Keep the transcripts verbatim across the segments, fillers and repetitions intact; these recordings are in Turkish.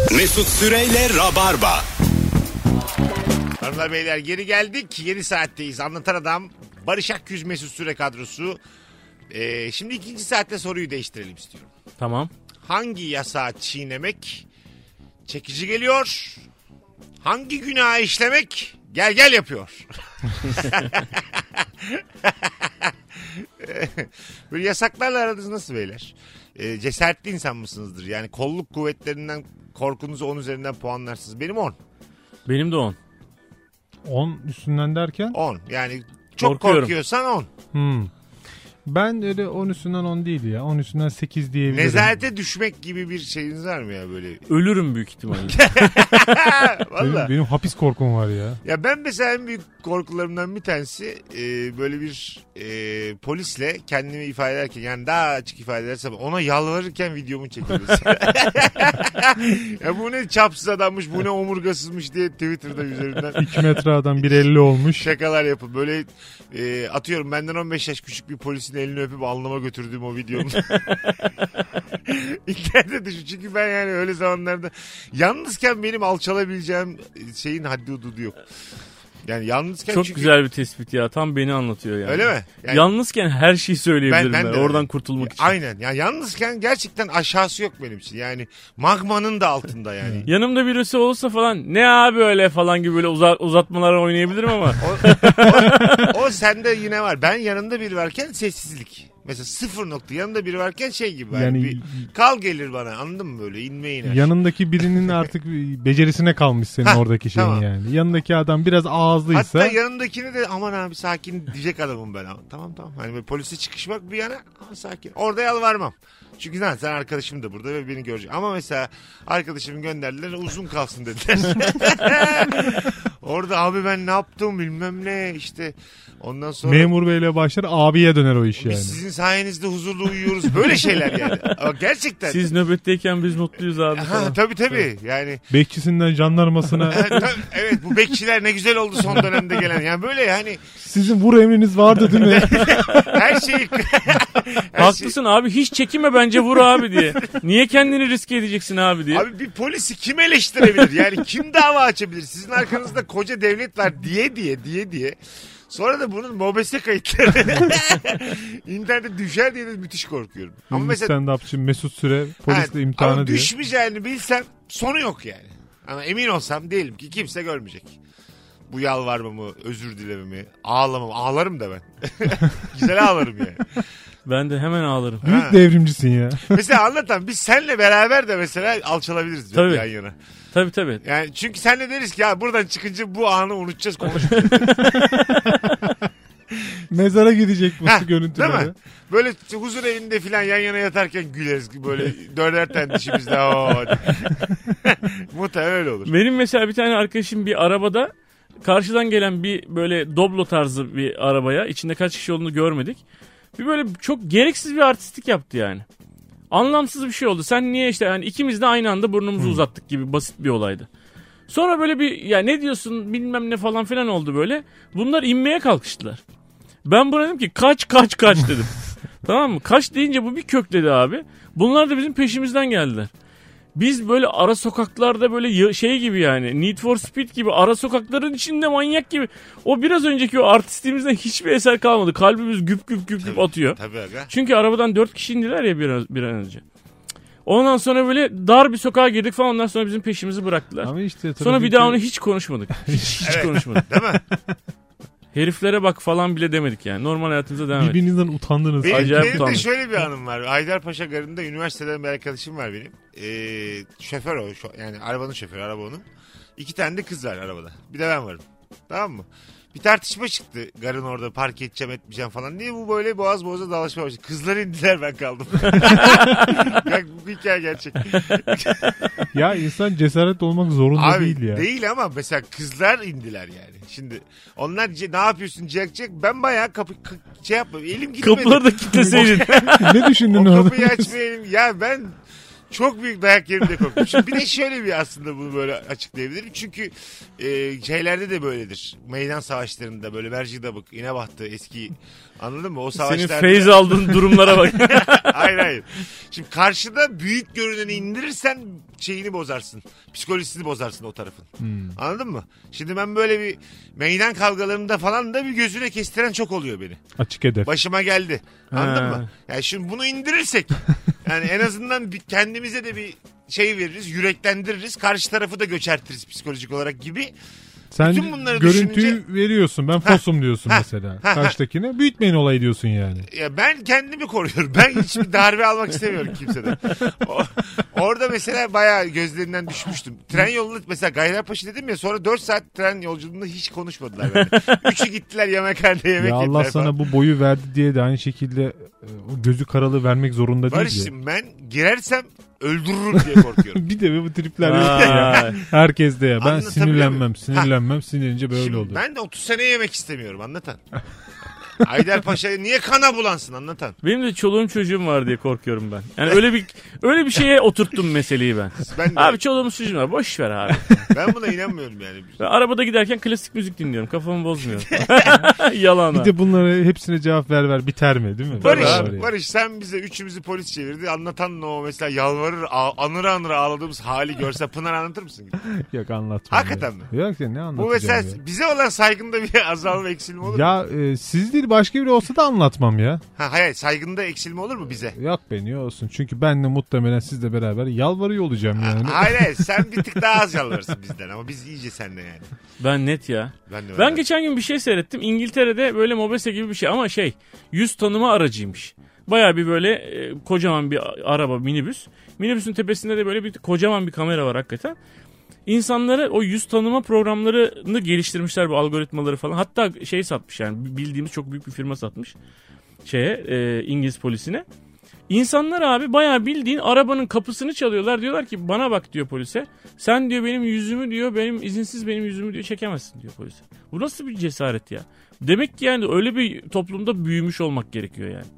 Mesut Süreyle Rabarba. Hanımlar beyler geri geldik. Yeni saatteyiz. Anlatan Adam, Barış Akgüz, Mesut Süre kadrosu. Ee, şimdi ikinci saatte soruyu değiştirelim istiyorum. Tamam. Hangi yasağı çiğnemek çekici geliyor? Hangi günahı işlemek gel gel yapıyor? Böyle yasaklarla aranız nasıl beyler? Ee, cesaretli insan mısınızdır? Yani kolluk kuvvetlerinden korkunuzu on üzerinden puanlarsınız. Benim on. Benim de on. on üstünden derken? on. Yani çok Korkuyorum. korkuyorsan on. Hmm. Ben öyle on üstünden on değil ya. on üstünden sekiz diyebilirim. Nezarete düşmek gibi bir şeyiniz var mı ya böyle? Ölürüm büyük ihtimalle. Valla. Benim, benim hapis korkum var ya. Ya ben mesela en büyük korkularımdan bir tanesi e, böyle bir e, polisle kendimi ifade ederken, yani daha açık ifade edersem ona yalvarırken videomu çekilmesi. Ya bu ne çapsız adammış, bu ne omurgasızmış diye Twitter'da üzerinden iki metre adam bir elli olmuş. şakalar yapıp böyle e, atıyorum benden on beş yaş küçük bir polisin elini öpüp alnıma götürdüğüm o videomu. İnternette düşün. Çünkü ben yani öyle zamanlarda yalnızken benim alçalabileceğim şeyin haddi hududu yok. Yani yalnızken Çok çünkü... güzel bir tespit ya. Tam beni anlatıyor yani. Öyle mi? Yani... Yalnızken her şeyi söyleyebilirim ben. Ben- ben ben de Oradan öyle. kurtulmak için. Aynen. Yani yalnızken gerçekten aşağısı yok benim için. Yani magmanın da altında yani. Yanımda birisi olursa falan ne abi öyle falan gibi böyle uza- uzatmalara oynayabilirim ama. O, o, o sende yine var. Ben yanımda biri varken sessizlik. Mesela sıfır nokta yanımda biri varken şey gibi. Yani Yani- bir kal gelir bana, anladın mı böyle inme iner. Yanındaki birinin artık becerisine kalmış senin Hah, oradaki şeyin tamam. yani. Yanındaki adam biraz ağızlıysa. Hatta yanındakini de aman abi sakin diyecek adamım ben. Tamam tamam. Hani böyle polise çıkışmak bir yana ama sakin. Orada yalvarmam. Çünkü zaten sen arkadaşım da burada ve beni görecek. Ama mesela arkadaşımı gönderdiler, uzun kalsın dediler. Orada abi ben ne yaptım bilmem ne işte. Ondan sonra Memur beyle başlar, abiye döner o iş biz yani. sizin sayenizde huzurlu uyuyoruz. Böyle şeyler yani. Ama gerçekten. Siz nöbetteyken biz mutluyuz abi Ha, falan. tabii tabii yani. Bekçisinden jandarmasına Ha, tabii, evet bu bekçiler ne güzel oldu son dönemde gelen. Yani böyle yani sizin vur emriniz vardı değil mi? her şeyi her Haklısın abi, hiç çekinme bence vur abi diye. Niye kendini riske edeceksin abi diye. Abi bir polisi kim eleştirebilir? Yani kim dava açabilir? Sizin arkanızda koca devlet var diye diye diye diye. Sonra da bunun mobese kayıtları internete düşer diye de müthiş korkuyorum. Ama Ünlü mesela stand-upçı Mesut Süre polisle ha, imtihanı ama diyor. düşmeyeceğini bilsem sonu yok yani. Ama emin olsam diyelim ki kimse görmeyecek. Bu yalvarmamı, özür dilememi, ağlamamı. Ağlarım da ben. Güzel ağlarım yani. Ben de hemen ağlarım. Büyük Ha. devrimcisin ya. Mesela anlatan biz seninle beraber de mesela alçalabiliriz Tabii. yan yana. Tabii tabii. Yani çünkü senle deriz ki ya buradan çıkınca bu anı unutacağız, konuşmayacağız. Mezara gidecek bu Heh, değil mi? görüntüleri. Böyle huzur evinde falan yan yana yatarken güleriz. Böyle dörder tane dişimizle. Oo, hadi. Muhtemelen öyle olur. Benim mesela bir tane arkadaşım bir arabada karşıdan gelen bir böyle Doblo tarzı bir arabaya, içinde kaç kişi olduğunu görmedik. Bir böyle çok gereksiz bir artistlik yaptı yani. Anlamsız bir şey oldu. Sen niye işte yani ikimiz de aynı anda burnumuzu Hmm. uzattık gibi basit bir olaydı. Sonra böyle bir ya ne diyorsun bilmem ne falan filan oldu böyle. Bunlar inmeye kalkıştılar. Ben buna dedim ki kaç kaç kaç dedim. Tamam mı? Kaç deyince bu bir kökledi abi. Bunlar da bizim peşimizden geldiler. Biz böyle ara sokaklarda böyle ya- şey gibi yani Need for Speed gibi ara sokakların içinde manyak gibi. O biraz önceki o artistliğimizden hiçbir eser kalmadı. Kalbimiz güp güp güp güp atıyor. Tabii aga. Çünkü arabadan dört kişi indiler ya bir an, bir an önce. Ondan sonra böyle dar bir sokağa girdik falan, ondan sonra bizim peşimizi bıraktılar. Ama işte Sonra bir trafikte- daha onu hiç konuşmadık. Hiç, hiç Evet. konuşmadık. Değil mi? Heriflere bak falan bile demedik yani. Normal hayatımıza devam ettik. Birbirinizden utandınız. Benim, Acayip benim de utandım. şöyle bir anım var. Haydarpaşa Garı'nda üniversiteden bir arkadaşım var benim. Ee, şoför o. Şu, yani arabanın şoförü, araba onun. İki tane de kız var arabada. Bir de ben varım. Tamam mı? Bir tartışma çıktı garın orada, park edeceğim etmeyeceğim falan diye. Bu böyle boğaz boğaza dalaşmaya başladı. Kızlar indiler, ben kaldım. Bak bu hikaye gerçek. Ya insan cesaret olmak zorunda Abi değil ya. değil ama mesela kızlar indiler yani. Şimdi onlar ce- ne yapıyorsun cek cek, ben bayağı kapı k- şey yapmam, elim gitmedi. Kapıları da kilitleseydin. Ne düşündün O orada? kapıyı açmaya elim, ya ben çok büyük dayak yerimde korkmuşum. Bir de şöyle bir aslında bunu böyle açıklayabilirim. Çünkü e, şeylerde de böyledir. Meydan savaşlarında böyle Mercidabık, İnebahtı eski, anladın mı? O Senin savaşlarda. feyz aldığın durumlara bak. Hayır hayır. Şimdi karşıda büyük görüneni indirirsen şeyini bozarsın. Psikolojisini bozarsın o tarafın. Hmm. Anladın mı? Şimdi ben böyle bir meydan kavgalarında falan da bir gözüne kestiren çok oluyor beni. Açık hedef. Başıma geldi. Anladın Ha. mı? Yani şimdi bunu indirirsek yani en azından bir kendimize de bir şey veririz, yüreklendiririz. Karşı tarafı da göçertiriz psikolojik olarak gibi. Sen Bütün bunları görüntüyü düşününce- veriyorsun. Ben fosum diyorsun Ha. mesela. Ha. Karşıdakine büyütmeyin olayı diyorsun yani. Ya ben kendimi koruyorum. Ben hiçbir darbe almak istemiyorum kimseden. O- orada mesela bayağı gözlerinden düşmüştüm. Tren yolunda mesela Gaydarpaşa dedim ya, sonra dört saat tren yolculuğunda hiç konuşmadılar benimle. Üçü gittiler yemekhanede yemek Ya yediler Allah falan. sana bu boyu verdi diye de aynı şekilde e, o gözü karalı vermek zorunda değil ya. Barış'cığım ben girersem öldürürüm diye korkuyorum. Bir de bu tripler yok ya. Vay. Herkes de ya. Ben Anlatabiliyor sinirlenmem. muyum? Sinirlenmem. Sinirlenince böyle Şimdi olur. ben de otuz sene yemek istemiyorum, anlatan. Haydarpaşa'ya niye kana bulansın, anlatan. Benim de çoluğum çocuğum var diye korkuyorum ben. Yani öyle bir öyle bir şeye oturttum meseleyi ben. Ben, de, Abi çoluğumuz çocuğum var. Boş ver abi. ben buna inanmıyorum yani. Ben arabada giderken klasik müzik dinliyorum. Kafamı bozmuyor. Yalan. Bir de bunlara hepsine cevap ver ver biter mi değil mi? Barış, Var ya. Barış sen bize üçümüzü polis çevirdi. Anlatan o mesela yalvarır, a- anıra anıra ağladığımız hali görse Pınar anlatır mısın? Yok anlatma. Hakikaten ya. mi? Yok ya ne Bu anlatacağım mesela ya. bize olan saygında bir azalma eksilme olur mu? Ya e, siz değil başka biri olsa da anlatmam ya. Ha, hayır, saygında eksilme olur mu bize? Yok be niye olsun. Çünkü ben de muhtemelen sizle beraber yalvarıyor olacağım yani. Hayır hayır, sen bir tık daha az yalvarırsın bizden ama biz iyice seninle yani. Ben net ya. Ben de Ben öyle. geçen gün bir şey seyrettim. İngiltere'de böyle mobese gibi bir şey ama şey yüz tanıma aracıymış. Baya bir böyle e, kocaman bir araba, minibüs. Minibüsün tepesinde de böyle bir kocaman bir kamera var hakikaten. İnsanlara o yüz tanıma programlarını geliştirmişler, bu algoritmaları falan. Hatta şey satmış yani, bildiğimiz çok büyük bir firma satmış şeye, e, İngiliz polisine. İnsanlar abi bayağı bildiğin arabanın kapısını çalıyorlar. Diyorlar ki bana bak diyor polise. Sen diyor benim yüzümü diyor, benim izinsiz benim yüzümü diyor çekemezsin diyor polise. Bu nasıl bir cesaret ya? Demek ki yani öyle bir toplumda büyümüş olmak gerekiyor yani.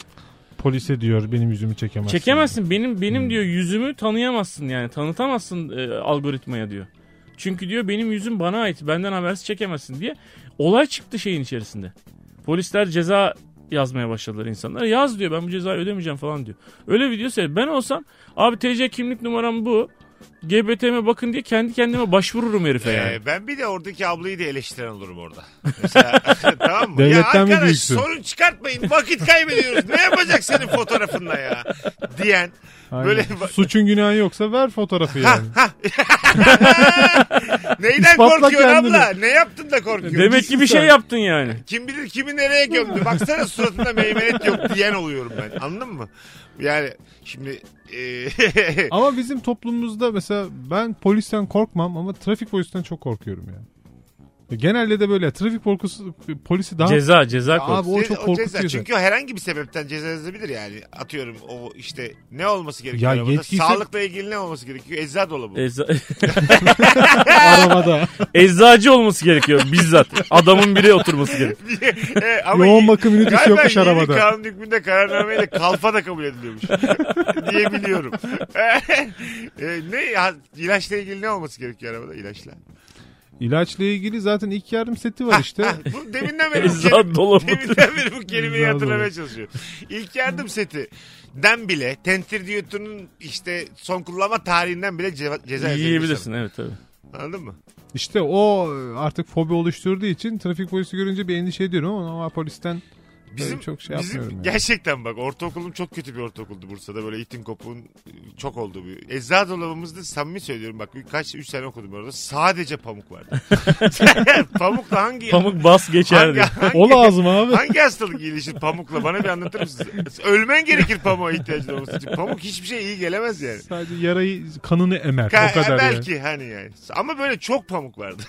Polise diyor benim yüzümü çekemezsin. Çekemezsin. Benim benim Hmm. diyor yüzümü tanıyamazsın yani. Tanıtamazsın e, algoritmaya diyor. Çünkü diyor benim yüzüm bana ait. Benden habersiz çekemezsin diye. Olay çıktı şeyin içerisinde. Polisler ceza yazmaya başladılar insanlara. Yaz diyor, ben bu cezayı ödemeyeceğim falan diyor. Öyle video seyret. Ben olsam abi T C kimlik numaram bu. G B T'me bakın diye kendi kendime başvururum herife yani. Ee, ben bir de oradaki ablayı da eleştiren olurum orada. Mesela tamam mı? Devletten ya mi arkadaş büyüksün? sorun çıkartmayın, vakit kaybediyoruz. Ne yapacak senin fotoğrafınla ya? Diyen. Aynen. Böyle Suçun günahı yoksa ver fotoğrafı yani. Neyden İspatla korkuyorsun kendini. abla? Ne yaptın da korkuyorsun? Demek ki bir şey yaptın yani. Kim bilir kimi nereye gömdü. Baksana suratında meymenet yok diyen oluyorum ben. Anladın mı? Yani şimdi e, Ama bizim toplumumuzda mesela ben polisten korkmam ama trafik polisinden çok korkuyorum ya. Genelde de böyle trafik korkusu polisi daha Ceza ceza Ya korkusu. abi o çok o korkutuyor. ceza. zaten. Çünkü o herhangi bir sebepten ceza yazabilir yani. Atıyorum o işte ne olması gerekiyor Ya arabada? yetkisi- Sağlıkla ilgili ne olması gerekiyor? Eczacı dolabı. Eza- Arabada. Eczacı olması gerekiyor bizzat. Adamın biri oturması gerekiyor. e, ama Yoğun y- bakım ünitesi galiba yokmuş yeni arabada. kanun hükmünde kararnameyle kalfa da kabul ediliyormuş. diye biliyorum. e, ne ya, ilaçla ilgili ne olması gerekiyor arabada? İlaçla. İlaçla ilgili zaten ilk yardım seti var işte. Ha, bu deminden beri bu, Eczacı kelime, dolabı. deminden beri bu kelimeyi Eczacı hatırlamaya dolabı. çalışıyorum. İlk yardım seti den bile tentir diyotunun işte son kullanma tarihinden bile ceza, ceza Yiyebilirsin, evet tabii. yazabilirsin. Anladın mı? İşte o artık fobi oluşturduğu için trafik polisi görünce bir endişe ediyorum ama normal polisten Bizim, çok şey bizim yapmıyorum yani. gerçekten bak ortaokulum çok kötü bir ortaokuldu Bursa'da, böyle itin kopuğun çok olduğu bir. Eczacı dolabımızda samimi söylüyorum bak kaç üç sene okudum orada, sadece pamuk vardı. Pamukla hangi Pamuk bas geçerdi. hangi, hangi, O lazım abi. hangi hastalık iyileşir pamukla, bana bir anlatır mısın? Ölmen gerekir pamuğa ihtiyacın olması için. Pamuk hiçbir şey iyi gelemez yani. Sadece yarayı kanını emer. Ka- o kadar belki yani. hani yani. Ama böyle çok pamuk vardı.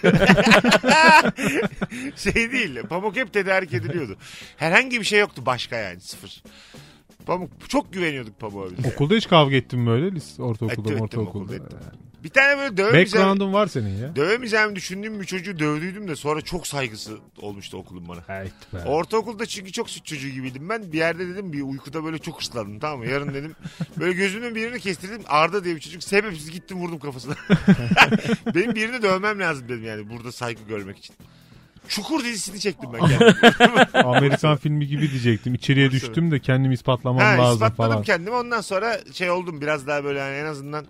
şey değil. Pamuk hep tedarik ediliyordu. Herhangi bir şey yoktu başka yani, sıfır. Pamuk, çok güveniyorduk pamuğa biz. Okulda hiç kavga ettin böyle lise ortaokulda Ettim, ettim, ortaokulda. okulda ettim. Bir tane böyle dövemeyeceğim, Background'un var senin ya. dövemeyeceğimi düşündüğüm bir çocuğu dövdüydüm de sonra çok saygısı olmuştu okulun bana. Evet be. Ortaokulda çünkü çok süt çocuğu gibiydim ben. Bir yerde dedim, bir uykuda böyle çok ıslandım, tamam mı? Yarın dedim böyle gözümün birini kestirdim. Arda diye bir çocuk, sebepsiz gittim vurdum kafasına. Benim birini dövmem lazım dedim yani, burada saygı görmek için. Çukur dizisini çektim ben kendim. Amerikan filmi gibi diyecektim. İçeriye Doğru düştüm de kendimi ispatlamam Ha, lazım ispatladım falan. kendimi, ondan sonra şey oldum biraz daha böyle hani en azından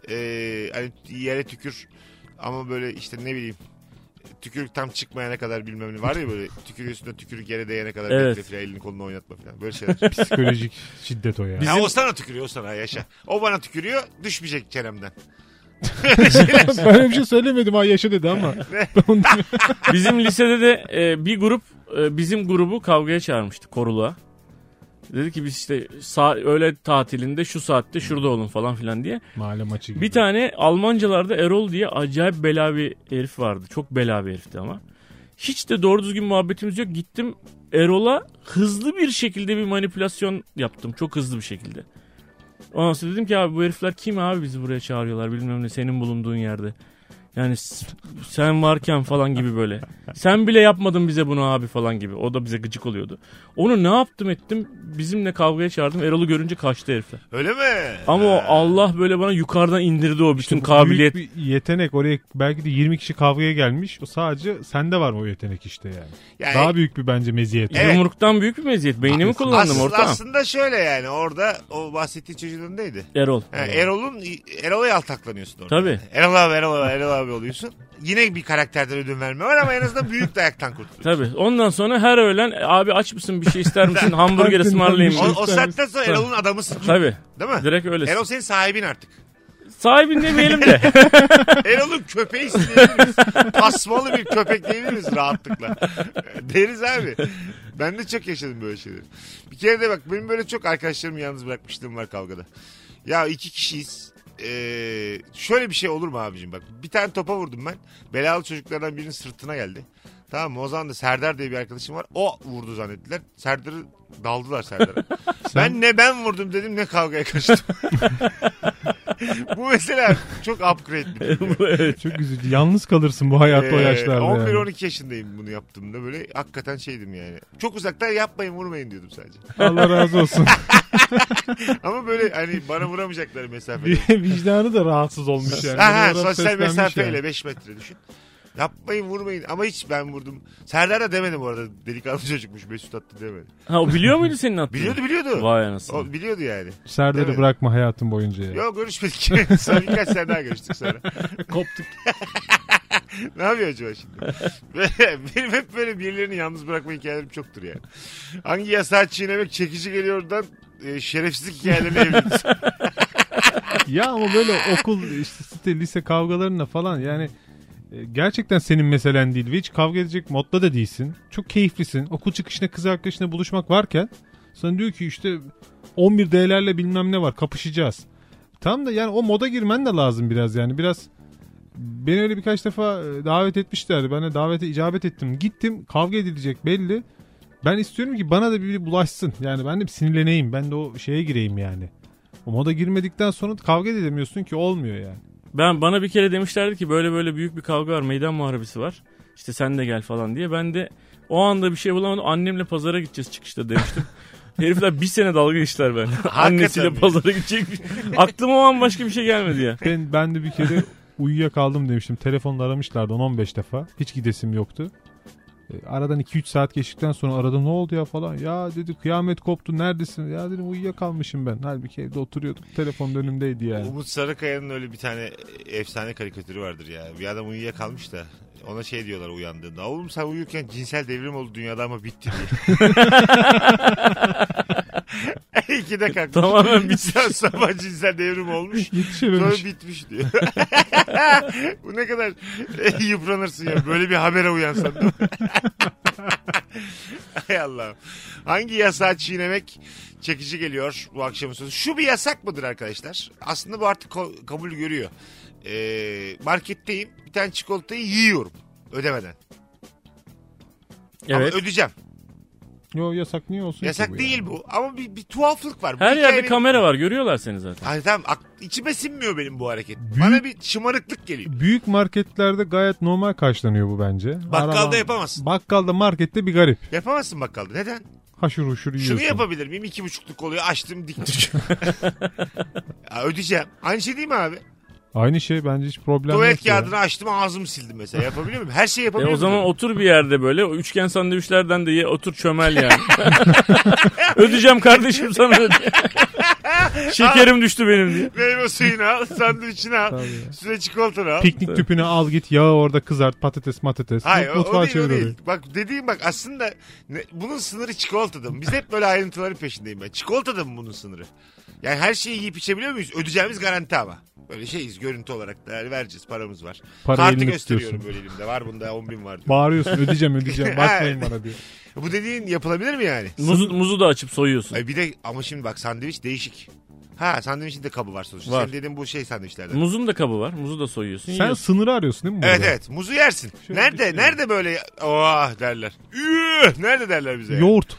Ee, hani yere tükür ama böyle işte ne bileyim tükürük tam çıkmayana kadar bilmem ne var ya böyle tükürüyorsun da tükürük yere değene kadar Evet. bekle falan elini kolunu oynatma falan böyle şeyler. Psikolojik şiddet o ya. Ya o sana tükürüyor o sana yaşa. O bana tükürüyor düşmeyecek çenemden. Ben öyle bir şey söylemedim ha yaşa dedi ama. Bizim lisede de e, bir grup e, bizim grubu kavgaya çağırmıştı koruluğa. Dedi ki biz işte saat, öğle tatilinde şu saatte şurada olun falan filan diye. Mahalle maçı gibi. Bir tane Almancalarda Erol diye acayip bela bir herif vardı. Çok bela bir herifti ama. Hiç de doğru düzgün muhabbetimiz yok. Gittim Erol'a hızlı bir şekilde bir manipülasyon yaptım. Çok hızlı bir şekilde. Ondan sonra dedim ki abi bu herifler kim abi bizi buraya çağırıyorlar bilmem ne senin bulunduğun yerde. Yani s- sen varken falan gibi böyle. Sen bile yapmadın bize bunu abi falan gibi. O da bize gıcık oluyordu. Onu ne yaptım ettim bizimle kavgaya çağırdım. Erol'u görünce kaçtı herifler. Öyle mi? Ama o Allah böyle bana yukarıdan indirdi o bütün İşte bu kabiliyet. büyük bir yetenek. Oraya belki de yirmi kişi kavgaya gelmiş. O sadece sende var mı o yetenek işte yani. Yani- Daha büyük bir bence meziyet. Evet. Yumruktan büyük bir meziyet. Beynimi kullandım Aslında, ortam. aslında şöyle yani orada o bahsettiği çocuğun neydi? Erol. Ha, Erol'un Erol'a yaltaklanıyorsun orada. Tabii. Erol abi Erol abi Erol abi oluyorsun. Yine bir karakterden ödün verme var ama en azından büyük dayaktan kurtuluyorsun. Tabii. Ondan sonra her öğlen abi aç mısın bir şey ister misin hamburger ısmarlayayım O, mı? o saatten sonra Erol'un adamısın. Tabii. Değil mi? Direkt öylesin. Erol senin sahibin artık. Sahibin demeyelim de. Erol'un köpeği diyebiliriz. Tasmalı bir köpek diyebiliriz rahatlıkla. Deriz abi. Ben de çok yaşadım böyle şeyleri. Bir kere de bak benim böyle çok arkadaşlarımı yalnız bırakmışlığım var kavgada. Ya iki kişiyiz. Ee, şöyle bir şey olur mu abicim bak. Bir tane topa vurdum ben. Belalı çocuklardan birinin sırtına geldi. Tamam mı? O zaman da Serdar diye bir arkadaşım var. O vurdu zannettiler. Serdar'ı daldılar Serdar'a. Ben ne ben vurdum dedim ne kavgaya karıştım. Bu mesela çok upgrade bir durum. Evet. Çok üzücü. Yalnız kalırsın bu hayatta o Ee, yaşlarda. on bir yani. on iki yaşındayım bunu yaptığımda böyle hakikaten şeydim yani. Çok uzaktan yapmayın vurmayın diyordum sadece. Allah razı olsun. Ama böyle hani bana vuramayacakları mesafede. Bir vicdanı da rahatsız olmuş yani. Aha, Böyle sosyal seslenmiş mesafeyle yani. beş metre düşün. Yapmayın vurmayın ama hiç ben vurdum. Serdar da demedi bu arada delikanlı çocukmuş Mesut attı demedi. Ha o biliyor muydu senin attığını? Biliyordu biliyordu. Vay anasını. O biliyordu yani. Serdar'ı Evet. bırakma hayatın boyunca ya. Yok görüşmedik. Sonra birkaç sene daha görüştük sonra. Koptuk. Ne yapıyor acaba şimdi? Benim hep böyle birilerini yalnız bırakma hikayelerim çoktur yani. Hangi yasağı çiğnemek çekici geliyordan e, şerefsizlik hikayelerine evleniyoruz. Ya ama böyle okul işte site, lise kavgalarına falan yani e, gerçekten senin meselen değil ve hiç kavga edecek modda da değilsin. Çok keyiflisin. Okul çıkışında kız arkadaşına buluşmak varken sana diyor ki işte on bir D'lerle bilmem ne var kapışacağız. Tam da yani o moda girmen de lazım biraz yani biraz. Beni öyle birkaç defa davet etmişlerdi. Ben de davete icabet ettim. Gittim kavga edilecek belli. Ben istiyorum ki bana da biri bulaşsın. Yani ben de bir sinirleneyim. Ben de o şeye gireyim yani. O moda girmedikten sonra kavga edemiyorsun ki olmuyor yani. Ben bana bir kere demişlerdi ki böyle böyle büyük bir kavga var, meydan muharebesi var. İşte sen de gel falan diye. Ben de o anda bir şey bulamadım. Annemle pazara gideceğiz çıkışta demiştim. Herifler bir sene dalga geçtiler ben. Annesiyle mi? pazara gidecek. Aklıma o an başka bir şey gelmedi ya. Ben, ben de bir kere uyuyakaldım demiştim. Telefonla aramışlardı on on beş defa. Hiç gidesim yoktu. E, aradan iki üç saat geçtikten sonra arada ne oldu ya falan. Ya dedi kıyamet koptu neredesin? Ya dedim uyuyakalmışım ben. Halbuki evde oturuyorduk. Telefonun önümdeydi yani. Umut Sarıkaya'nın öyle bir tane efsane karikatürü vardır ya. Bir adam uyuyakalmış da ona şey diyorlar uyandığında. Oğlum sen uyurken cinsel devrim oldu dünyada ama bitti diye. İkide kalkmış. Tamamen bir saat sabah cinsel devrim olmuş. Sonra Yetişememiş. bitmiş diyor. Bu ne kadar yıpranırsın ya. Böyle bir habere uyansan değil mi? Hay Allah'ım. Hangi yasağı çiğnemek çekici geliyor bu akşamın sözü? Şu bir yasak mıdır arkadaşlar? Aslında bu artık ko- kabul görüyor. Ee, marketteyim. Bir tane çikolatayı yiyorum. Ödemeden. Evet. Ama ödeyeceğim. Yo yasak niye olsun Yasak ki bu değil yani? bu. Ama bir, bir tuhaflık var. Bu Her yerde hikayenin- kamera var, görüyorlar seni zaten. Ay tamam ak- içime sinmiyor benim bu hareket. Büyük- Bana bir şımarıklık geliyor. Büyük marketlerde gayet normal karşılanıyor bu bence. Bakkalda Araban- yapamazsın. Bakkalda markette bir garip. Yapamazsın bakkalda. Neden? Haşır huşur yiyorsun. Şunu yapabilir miyim? İki buçukluk oluyor. Açtım diktim. Ya ödeyeceğim. Aynı şey değil mi abi? Aynı şey bence hiç problem Tuvalet yok ya. kağıdını açtım ağzımı sildim mesela. Yapabiliyor muyum? Her şeyi E yapabiliyor o zaman muyum? otur bir yerde böyle. O üçgen sandviçlerden de ye, otur çömel yani. Ödeyeceğim kardeşim sana öde. Şekerim düştü benim diye. Meyve suyunu al, sandviçini al. Tabii ya. Üstüne çikolatanı al. Piknik tüpünü al git yağı orada kızart patates matates. Hayır o, o Mutfağa değil, o çevir değil. orayı. Bak dediğim bak aslında ne, bunun sınırı çikolatada mı? Biz hep böyle ayrıntıların peşindeyim ben. Çikolatada mı bunun sınırı? Yani her şeyi yiyip içebiliyor muyuz? Ödeyeceğimiz garanti ama. Böyle şeyiz görüntü olarak değer vereceğiz, paramız var. Para Kartı elini gösteriyorum tutuyorsun. böyle elimde, var bunda on bin var diyor. Bağırıyorsun ödeyeceğim ödeyeceğim bakmayın bana diyor. Bu dediğin yapılabilir mi yani? Muzu, muzu da açıp soyuyorsun. Ay bir de ama şimdi bak sandviç değişik. Ha sandviçin de kabı var sonuçta. Var. Senin dediğin bu şey sandviçlerden. Muzun da kabı var. Muzu da soyuyorsun. Sen yiyorsun. sınırı arıyorsun değil mi burada? Evet evet muzu yersin. Şöyle Nerede düşünüyorum. nerede böyle oh derler. Üh, nerede derler bize? Yani? Yoğurt.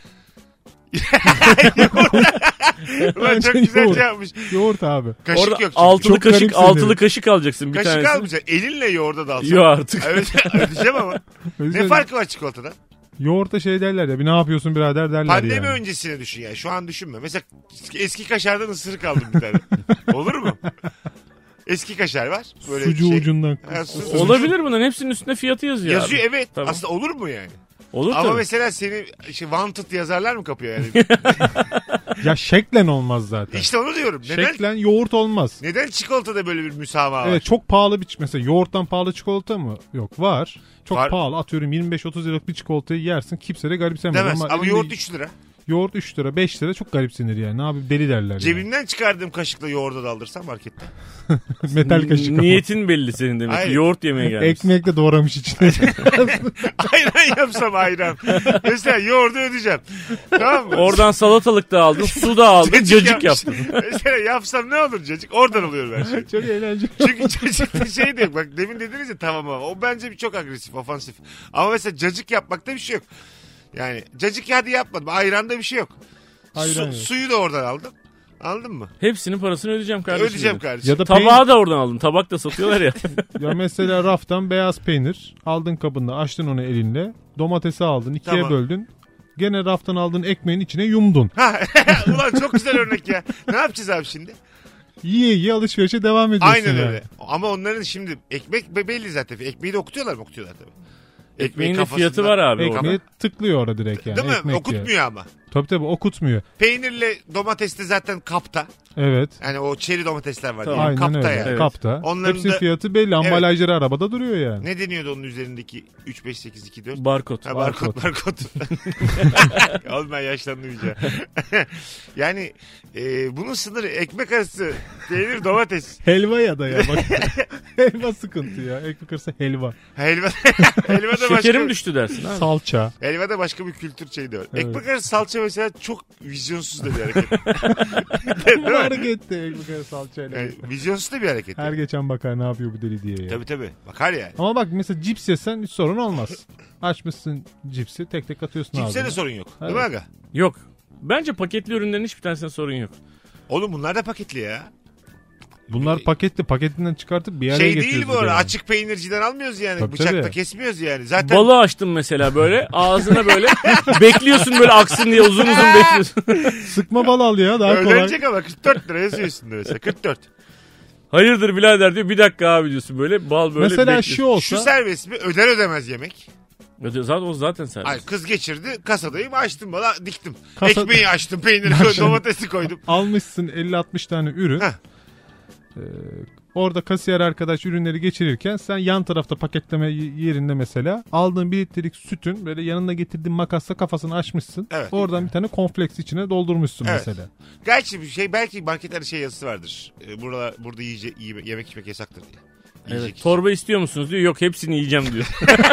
Ulan çok Bence güzel yoğurt. şey yapmış. Yoğurt abi. Kaşık Orada yok çünkü. altılı Çok kaşık garip altılı seni. kaşık alacaksın bir Kaşık tanesi. almayacaksın. Elinle yoğurda dalsan. Yok artık. Evet ödeyeceğim ama. O Ne yüzden farkı var çikolatadan? Yoğurtta şey derler ya bir ne yapıyorsun birader derler Pandemi yani. öncesine düşün yani. Şu an düşünme. Mesela eski kaşardan ısırık aldım bir tane. Olur mu? Eski kaşar var. Böyle Sucuğu şey. ucundan. Ha, su- su- Olabilir bunların hepsinin üstünde fiyatı yazıyor. Yazıyor abi. evet. Tabii. Aslında olur mu yani? Olur Ama tabii. mesela seni işte wanted yazarlar mı kapıya yani? Ya şeklen olmaz zaten. İşte onu diyorum. Neden Şeklen yoğurt olmaz. neden çikolatada böyle bir müsamaha var? Evet çok pahalı bir mesela yoğurttan pahalı çikolata mı? Yok var. Çok Var. pahalı atıyorum yirmi beş otuz liralık bir çikolatayı yersin kimse de garipsemez. Demez. Ama, elinde yoğurt üç lira. yoğurt üç lira beş lira çok garipsenir yani. Ne abi deli derler. Cebimden çıkardığım kaşıkla yoğurda daldırsam markette. Yani. Metal kaşık ama. Niyetin belli senin demek. Hayır. Yoğurt yemeye gelmişsin. Ekmekle doğramış içine. Ayran yapsam ayran. Mesela yoğurdu ödeyeceğim. Tamam mı? Oradan salatalık da aldın, su da aldın, cacık yapmışım. yaptın. Mesela yapsam ne olur cacık? Oradan oluyor her şey. çok eğlenceli. Çünkü cacıkta şey de yok. Bak demin dediniz ya tamam ama o bence bir çok agresif, ofansif. Ama mesela cacık yapmakta bir şey yok. Yani cacık hadi yapmadım. Ayranda bir şey yok. Ayran Su, yok. suyu da oradan aldım. Anladın mı? Hepsinin parasını ödeyeceğim kardeşim. Ödeyeceğim dedim. kardeşim. Ya da Tabağı da oradan aldım. Tabak da satıyorlar ya. Ya mesela raftan beyaz peynir aldın kabında açtın onu elinle domatesi aldın ikiye Tamam. böldün gene raftan aldığın ekmeğin içine yumdun. Ha, ulan çok güzel örnek ya. Ne yapacağız abi şimdi? Yiye yiye alışverişe devam ediyorsun. Aynen yani. öyle. Ama onların şimdi ekmek be- belli zaten. Ekmeği de okutuyorlar mı? Okutuyorlar tabii. Ekmeğin de kafasında- fiyatı var abi orada. Ekmeği tıklıyor orada direkt yani. Değil mi? Ekmek Okutmuyor diye. ama. Tabii tabii okutmuyor. Peynirle domates de zaten kapta. Evet. Yani o çeri domatesler var. Tamam. Diyelim. Aynen Kapta öyle. yani. Evet. Kapta. Onların Hepsinin da- fiyatı belli. Ambalajları arabada duruyor yani. Ne deniyordu onun üzerindeki üç beş sekiz iki dört? Barkod. Ha, barkod barkod. Oğlum ben yaşlandım iyice. Yani e, bunun sınırı ekmek arası peynir domates. Helva ya da ya bak. Helva sıkıntı ya. Ekmek arası helva. Helva, helva da başka, Şekerim düştü dersin abi. Salça. helva da başka bir kültür şeyi de var. Evet. Ekmek arası salça mesela çok vizyonsuz da bir hareket. Değil mi? Harekette ekmek arası salçayla. Yani, vizyonsuz da bir hareket. Her geçen bakar ne yapıyor bu deli diye ya. Tabii tabii. Bakar yani. Ama bak mesela cips yesen hiç sorun olmaz. Açmışsın cipsi tek tek atıyorsun Cipse ağzına. de sorun yok. Değil mi Evet. aga? Yok. Bence paketli ürünlerin hiçbir tanesinde sorun yok. Oğlum bunlar da paketli ya. Bunlar paketli paketinden çıkartıp bir araya Şey getiriyoruz. değil bu bir de arada. yani. Açık peynirciden almıyoruz yani. Tabii, Bıçakla tabii. kesmiyoruz yani. Zaten Balığı açtın mesela böyle ağzına böyle bekliyorsun böyle aksın diye uzun uzun bekliyorsun. Sıkma bal al ya daha kolay. öğrenecek ama kırk dört lira yazıyor üstünde mesela. kırk dört. Hayırdır birader diyor bir dakika abi diyorsun böyle bal böyle Mesela bekliyorsun. şu olsa Şu serbest mi? Öder ödemez yemek. Zaten o zaten serbest. Ay kız geçirdi. Kasadayım açtım bana diktim. Kasa- Ekmeği açtım. Peyniri koydum. Domatesi koydum. almışsın elli altmış tane ürün. Heh. Ee, orada kasiyer arkadaş ürünleri geçirirken sen yan tarafta paketleme y- yerinde mesela aldığın bir litrelik sütün böyle yanında getirdiğin makasla kafasını açmışsın. Evet. Oradan bir tane kompleks içine doldurmuşsun Evet. mesela. Gerçi bir şey belki marketlerde şey yazısı vardır. Ee, burada burada yiyece, yiye- yemek içmek yasaktır diye. Yiyecek Evet. için. Torba istiyor musunuz diyor. Yok hepsini yiyeceğim diyor.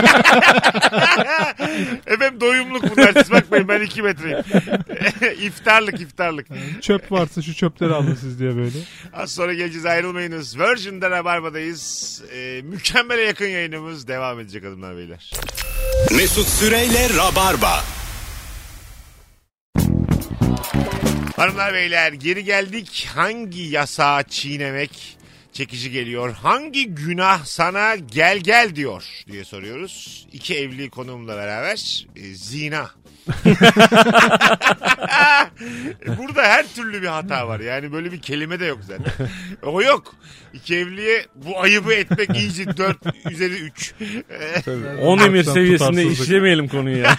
Efendim doyumluk bu dersiz. Bakmayın ben iki metreyim. iftarlık iftarlık. Çöp varsa şu çöpleri alın siz diye böyle. Az sonra geleceğiz ayrılmayınız. Virgin'de Rabarba'dayız. Ee, mükemmele yakın yayınımız devam edecek hanımlar beyler. Mesut Süreyle Rabarba. Hanımlar beyler geri geldik. Hangi yasağı çiğnemek çekici geliyor. Hangi günah sana gel gel diyor diye soruyoruz. İki evli konuğumla beraber e, zina. Burada her türlü bir hata var. Yani böyle bir kelime de yok zaten. O yok. İki evliye bu ayıbı etmek iyice dört üzeri üç. on emir Tutarsızlık. seviyesinde işlemeyelim konuyu yani.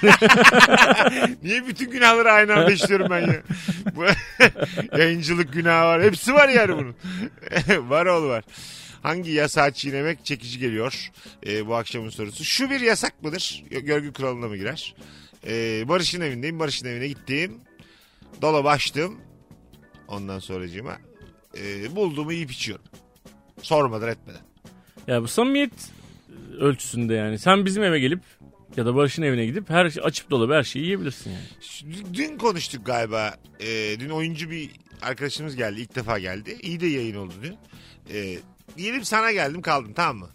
Niye bütün günahları aynı anda işliyorum ben ya? Bu yayıncılık günahı var. Hepsi var yani bunun. Var oğlu var. Hangi yasağı çiğnemek çekici geliyor? Ee, bu akşamın sorusu. Şu bir yasak mıdır? Görgü kuralına mı girer? Ee, Barış'ın evindeyim. Barış'ın evine gittim. Dolabı açtım. Ondan sonracığıma e, bulduğumu yiyip içiyorum. Sormadan etmeden. Ya bu samimiyet ölçüsünde yani. Sen bizim eve gelip ya da Barış'ın evine gidip her şey, açıp dolabı her şeyi yiyebilirsin yani. Dün konuştuk galiba. Ee, dün oyuncu bir arkadaşımız geldi. İlk defa geldi. İyi de yayın oldu dün. Ee, diyelim sana geldim kaldım, tamam mı?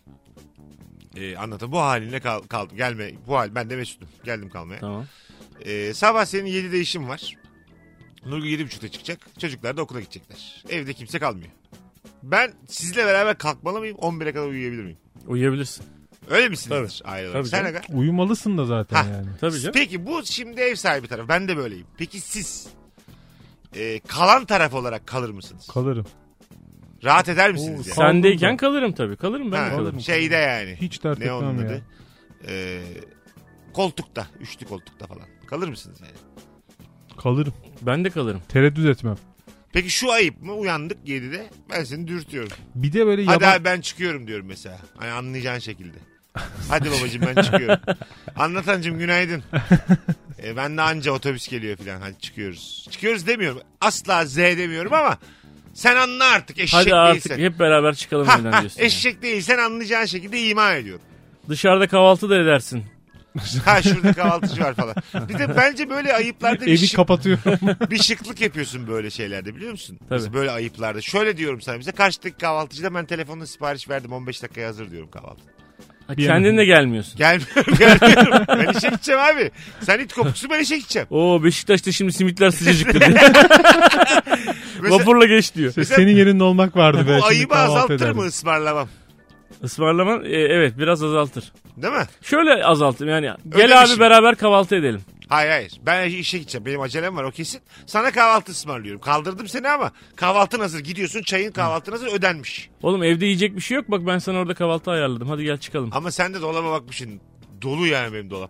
Ee, anlatın bu haline kal- kaldım. Gelme bu hal. Ben de Mesut'um. Geldim kalmaya. Tamam. Ee, sabah senin yedide işin var. Nurgül yedi buçukta çıkacak. Çocuklar da okula gidecekler. Evde kimse kalmıyor. Ben sizle beraber kalkmalı mıyım? on bire kadar uyuyabilir miyim? Uyuyabilirsin. Öyle misiniz? Ayrıca. Tabii Sen canım. aga? Uyumalısın da zaten Hah. yani. Tabii canım. Peki bu şimdi ev sahibi taraf. Ben de böyleyim. Peki siz e, kalan taraf olarak kalır mısınız? Kalırım. Rahat eder misiniz? Oo, yani? kal- Sendeyken kalırım tabii. Kalırım ben Ha, de kalırım. şeyde yani. Hiç dert Ne onun etmem ya. adı? Ee, koltukta. Üçlü koltukta falan. Kalır mısınız yani? Kalırım. Ben de kalırım. Tereddüt etmem. Peki şu ayıp mı? Uyandık yedide. Ben seni dürtüyorum. Bir de böyle Hadi yaban... abi ben çıkıyorum diyorum mesela. Hani anlayacağın şekilde. Hadi babacığım ben çıkıyorum. Anlatancığım günaydın. E, ben de anca otobüs geliyor falan. Hadi çıkıyoruz. Çıkıyoruz demiyorum. Asla Z demiyorum ama sen anla artık eşek Hadi artık değilsen. hep beraber çıkalım Ha, evden ha, diyorsun. yani. eşek değilsen anlayacağın şekilde ima ediyorum. Dışarıda kahvaltı da edersin. Ha şurada kahvaltıcı var falan. Bir de bence böyle ayıplarda bir, Evi şık, kapatıyorum. bir şıklık yapıyorsun böyle şeylerde biliyor musun? Tabii. Mesela böyle ayıplarda. Şöyle diyorum sana bize karşıdaki kahvaltıcıda ben telefonla sipariş verdim on beş dakikaya hazır diyorum kahvaltı. Ha, Bir kendin yana- de gelmiyorsun. Gelmiyorum gelmiyorum. Ben işe gideceğim abi. Sen it kopuksu ben işe gideceğim. Oo Beşiktaş'ta şimdi simitler sıcacıktır diye. Mesela, Vapurla geç diyor. Mesela- Senin yerinde olmak vardı. be. bu Şimdi ayıbı kahvaltı azaltır ederdim. mı ısmarlamam? Ismarlaman e, evet biraz azaltır. Değil mi? Şöyle azaltır yani. Öyle Gel bir abi şey. beraber kahvaltı edelim. Hayır hayır. Ben işe gideceğim. Benim acelem var o kesin. Sana kahvaltı ısmarlıyorum. Kaldırdım seni ama kahvaltın hazır. Gidiyorsun çayın kahvaltın hazır ödenmiş. Oğlum evde yiyecek bir şey yok. Bak ben sana orada kahvaltı ayarladım. Hadi gel çıkalım. Ama sen de dolaba bakmışsın. Dolu yani benim dolap.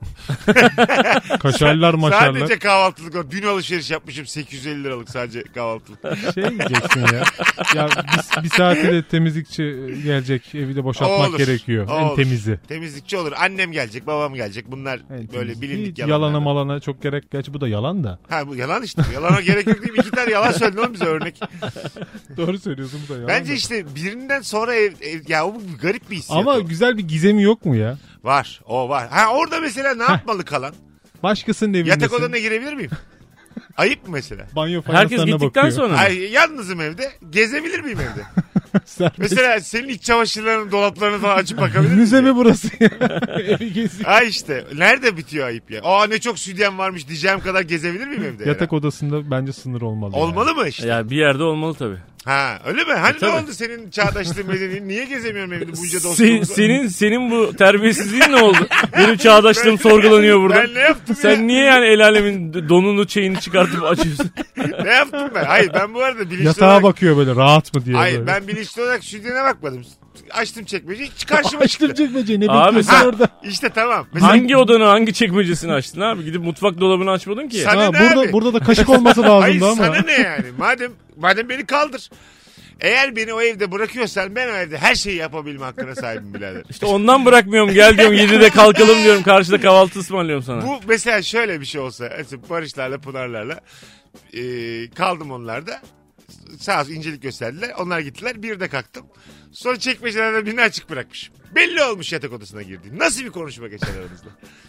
Kaşarlar maşarlar. Sadece kahvaltılık o. Dün alışveriş yapmışım sekiz yüz elli liralık sadece kahvaltılık. Şey diyeceksin ya. Ya bir, bir saate de temizlikçi gelecek. Evi de boşaltmak Olur. gerekiyor. O En olur. temizi. Temizlikçi olur. Annem gelecek, babam gelecek. Bunlar En böyle temizi. bilindik Hiç yalanlar. Yalana malana çok gerek. Gerçi bu da yalan da. Ha bu yalan işte. Yalana gerek yok değil mi? İki tane yalan söyledin oğlum bize örnek. Doğru söylüyorsun bu da yalan. Bence da. işte birinden sonra ev, ev ya o garip bir hissiyat. Ama o. güzel bir gizemi yok mu ya? Var. O var. Ha orada mesela ne yapmalı kalan? Başkasının evindesin. Yatak odana girebilir miyim? Ayıp mı mesela? Banyo Herkes fayanslarına gittikten bakıyor. sonra mı? Ay, yalnızım evde. Gezebilir miyim evde? Serbest. Mesela senin iç çamaşırlarının dolaplarını falan açıp bakabilir miyim? Müze mi burası ya? Evi geziyor. Ha işte. Nerede bitiyor ayıp ya? Aa ne çok sütyen varmış diyeceğim kadar gezebilir miyim evde? Yatak ya? odasında bence sınır olmalı. Olmalı mı işte? Ya bir yerde olmalı tabii. Ha öyle mi? Hani ne tabii. oldu senin çağdaşlığın medeni? Niye gezemiyorum evde bunca Se- dostluğumuzla? senin senin bu terbiyesizliğin ne oldu? Benim çağdaşlığım sorgulanıyor burada. Ben ne yaptım Sen ya? niye yani el alemin donunu çeyini çıkartıp açıyorsun? Ne yaptım ben? Hayır ben bu arada bilinçli Yatağa olarak... bakıyor böyle rahat mı diye. Hayır böyle. ben bilinçli olarak stüdyona bakmadım. Açtım çekmeceyi karşıma Açtım çıktı. çekmece ne Abi bekliyorsun sen- orada? İşte tamam. Mesela Hangi odanı hangi çekmecesini açtın abi? Gidip mutfak dolabını açmadın ki. Sana Ha, ne burada abi? burada da kaşık olması Hayır lazımdı ama. sana ne yani? Madem madem beni kaldır. Eğer beni o evde bırakıyorsan ben o evde her şeyi yapabilme hakkına sahibim birader. İşte ondan bırakmıyorum. Gel diyorum yedide kalkalım diyorum. Karşıda kahvaltı ısmarlıyorum sana. Bu mesela şöyle bir şey olsa. Mesela Barışlarla Pınarlarla e, kaldım onlarda. Sağ olsun incelik gösterdiler. Onlar gittiler. Bir de kalktım. Sonra çekmecelerden birini açık bırakmışım. Belli olmuş yatak odasına girdiğim. Nasıl bir konuşma geçer aranızda?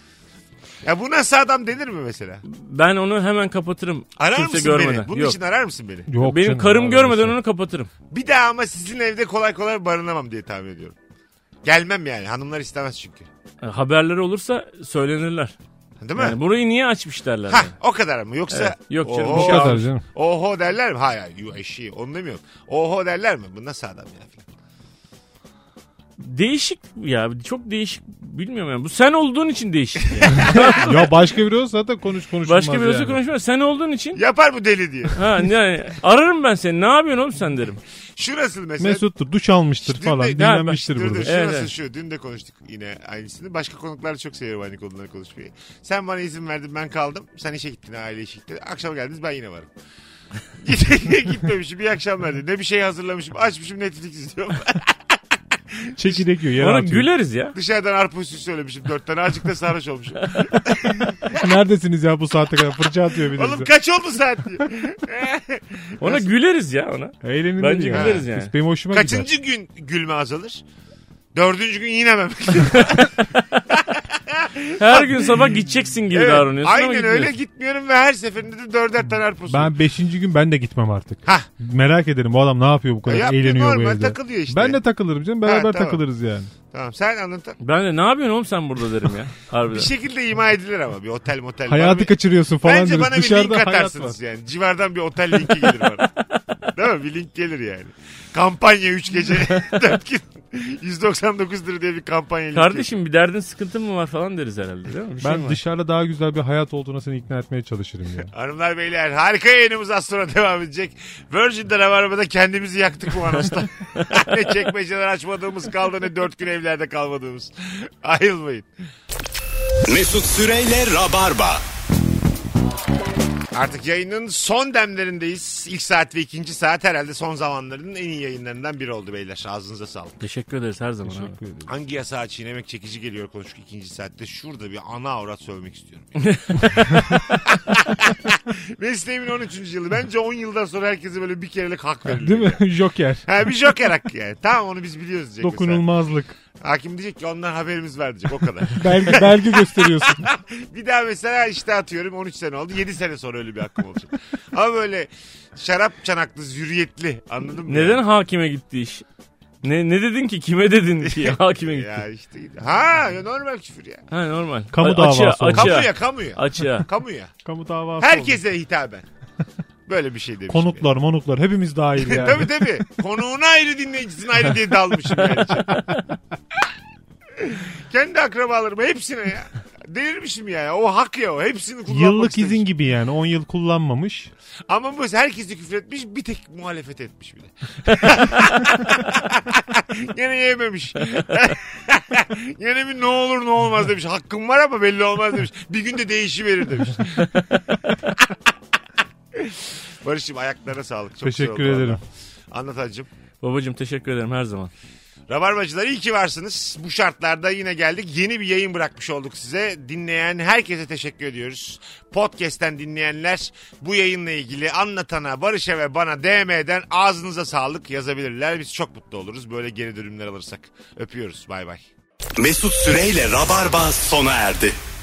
Ya bu nasıl adam denir mi mesela? Ben onu hemen kapatırım. Arar Kimse mısın görmeden. beni? Bunun Yok. için arar mısın beni? Yok Benim canım, karım abi, görmeden şey. onu kapatırım. Bir daha ama sizin evde kolay kolay barınamam diye tahmin ediyorum. Gelmem yani. Hanımlar istemez çünkü. Yani haberleri olursa söylenirler. Değil mi? Yani burayı niye açmış derler. Hah yani. o kadar mı? Yoksa Evet. Yok canım, oho, bir O şey kadar almış. canım. oho derler mi? Hayır yu eşeği onu demiyorum. Oho derler mi? Bu nasıl adam ya falan. değişik ya. Çok değişik. Bilmiyorum yani. Bu sen olduğun için değişik yani. Ya başka biri olsa zaten konuş konuşulmaz Başka birisi yani. konuşmaz. Sen olduğun için. Yapar bu deli diye. Ha yani ararım ben seni. Ne yapıyorsun oğlum sen derim. Şu nasıl mesela? Mesut'tur, duş almıştır Dün falan, de- dinlenmiştir Dur dur burada. şu Evet, nasıl evet. şu. Dün de konuştuk yine aynısını. Başka konuklarla çok seviyorum aynı konuları konuşmayı. Sen bana izin verdin, ben kaldım. Sen işe gittin, aile işe gitti. Akşam geldiniz, ben yine varım. Gitmemişim, bir akşam verdi. Ne bir şey hazırlamışım. Açmışım, Netflix izliyorum. Çekirdek yiyor, yer Ona atıyor. güleriz ya. Dışarıdan arpa üstü söylemişim dört tane. Azıcık da sarhoş olmuşum. Neredesiniz ya bu saate kadar? Fırça atıyor bir de Oğlum bize. kaç oldu saat diye. Ona güleriz ya ona. Eğlenin Bence ya. güleriz yani. Benim hoşuma gider. Kaçıncı gün gülme azalır? Dördüncü gün yine mi? Her gün sabah gideceksin gibi Evet, davranıyorsun ama aynen gitmiyorsun. öyle, gitmiyorum ve her seferinde de dörder tane arpa suyu. Ben beşinci gün ben de gitmem artık. Hah. Merak ederim bu adam ne yapıyor bu kadar Ya yapıyor, eğleniyor bu normal evde. takılıyor işte. Ben de takılırım canım, beraber Ha, tamam. takılırız yani. Tamam, sen anlat. Ben de ne yapıyorsun oğlum sen burada derim ya. Harbiden. Bir şekilde ima edilir ama bir otel motel. Hayatı Bana bir- kaçırıyorsun falan Bence deriz. bana bir Dışarıda link hayat var. atarsınız yani. Civardan bir otel linki gelir bana. Değil mi? Bir link gelir yani. Kampanya üç gece dört gün yüz doksan dokuz lira diye bir kampanya linki. Kardeşim bir derdin sıkıntın mı var falan deriz herhalde değil mi? Bir şey mi Ben var? dışarıda daha güzel bir hayat olduğuna seni ikna etmeye çalışırım yani. Hanımlar beyler, harika yayınımız az sonra devam edecek. Virgin'de Rabarba'da kendimizi yaktık bu anonsla. Ne çekmeceler açmadığımız kaldı, ne dört gün evlerde kalmadığımız. Ayrılmayın. Mesut Süreyle Rabarba. Artık yayının son demlerindeyiz. İlk saat ve ikinci saat herhalde son zamanların en iyi yayınlarından biri oldu beyler. Ağzınıza sağlık. Teşekkür ederiz her zaman abi. Teşekkür ederim. Hangi yasağı çiğnemek çekici geliyor konuştuk ikinci saatte. Şurada bir ana avrat söylemek istiyorum. Mesleğimin on üçüncü yılı. Bence on yıldan sonra herkese böyle bir kerelik hak verilir. Değil mi? Joker. Ha, bir joker hakkı yani. Tamam, onu biz biliyoruz diyecek mesela. Dokunulmazlık. Hakim diyecek ki ondan haberimiz var diyecek, o kadar. Belge, belge gösteriyorsun. Bir daha mesela işte atıyorum on üç sene oldu, yedi sene sonra öyle bir hakkım olacak. Ama böyle şarap çanaklı, zürriyetli, anladın mı? Neden yani? hakime gitti iş? Ne ne dedin ki? Kime dedin ki hakime gitti? Ya işte. Ha ya, normal küfür ya. Ha normal. Kamu A- davası açığa, oldu. açığa, Kamuya kamuya. açığa. Kamuya. Kamu davası oldu. Herkese hitaben. Böyle bir şey demişim. Konuklar, monuklar hepimiz dahil yani. Tabii tabii. Konuğun ayrı, dinleyicisinin ayrı diye dalmışım yani. Kendi akrabalarıma hepsine ya. Delirmişim ya. O hak ya o. Hepsini kullanmak Yıllık istemiş. izin gibi yani. on yıl kullanmamış. Ama bu herkesi küfür etmiş, bir tek muhalefet etmiş bir de. Gene yememiş. Gene bir ne olur ne olmaz demiş. Hakkım var ama belli olmaz demiş. Bir günde değişiverir demiş. Barış'cığım ayaklarına sağlık. Çok Teşekkür güzel oldu ederim. vallahi. Anlat hacım. Babacığım teşekkür ederim her zaman. Rabarbacılar iyi ki varsınız. Bu şartlarda yine geldik. Yeni bir yayın bırakmış olduk size. Dinleyen herkese teşekkür ediyoruz. Podcast'ten dinleyenler bu yayınla ilgili anlatana, Barış'a ve bana D M'den ağzınıza sağlık yazabilirler. Biz çok mutlu oluruz böyle geri dönümler alırsak. Öpüyoruz. Bay bay. Mesut Süreyle Rabarba sona erdi.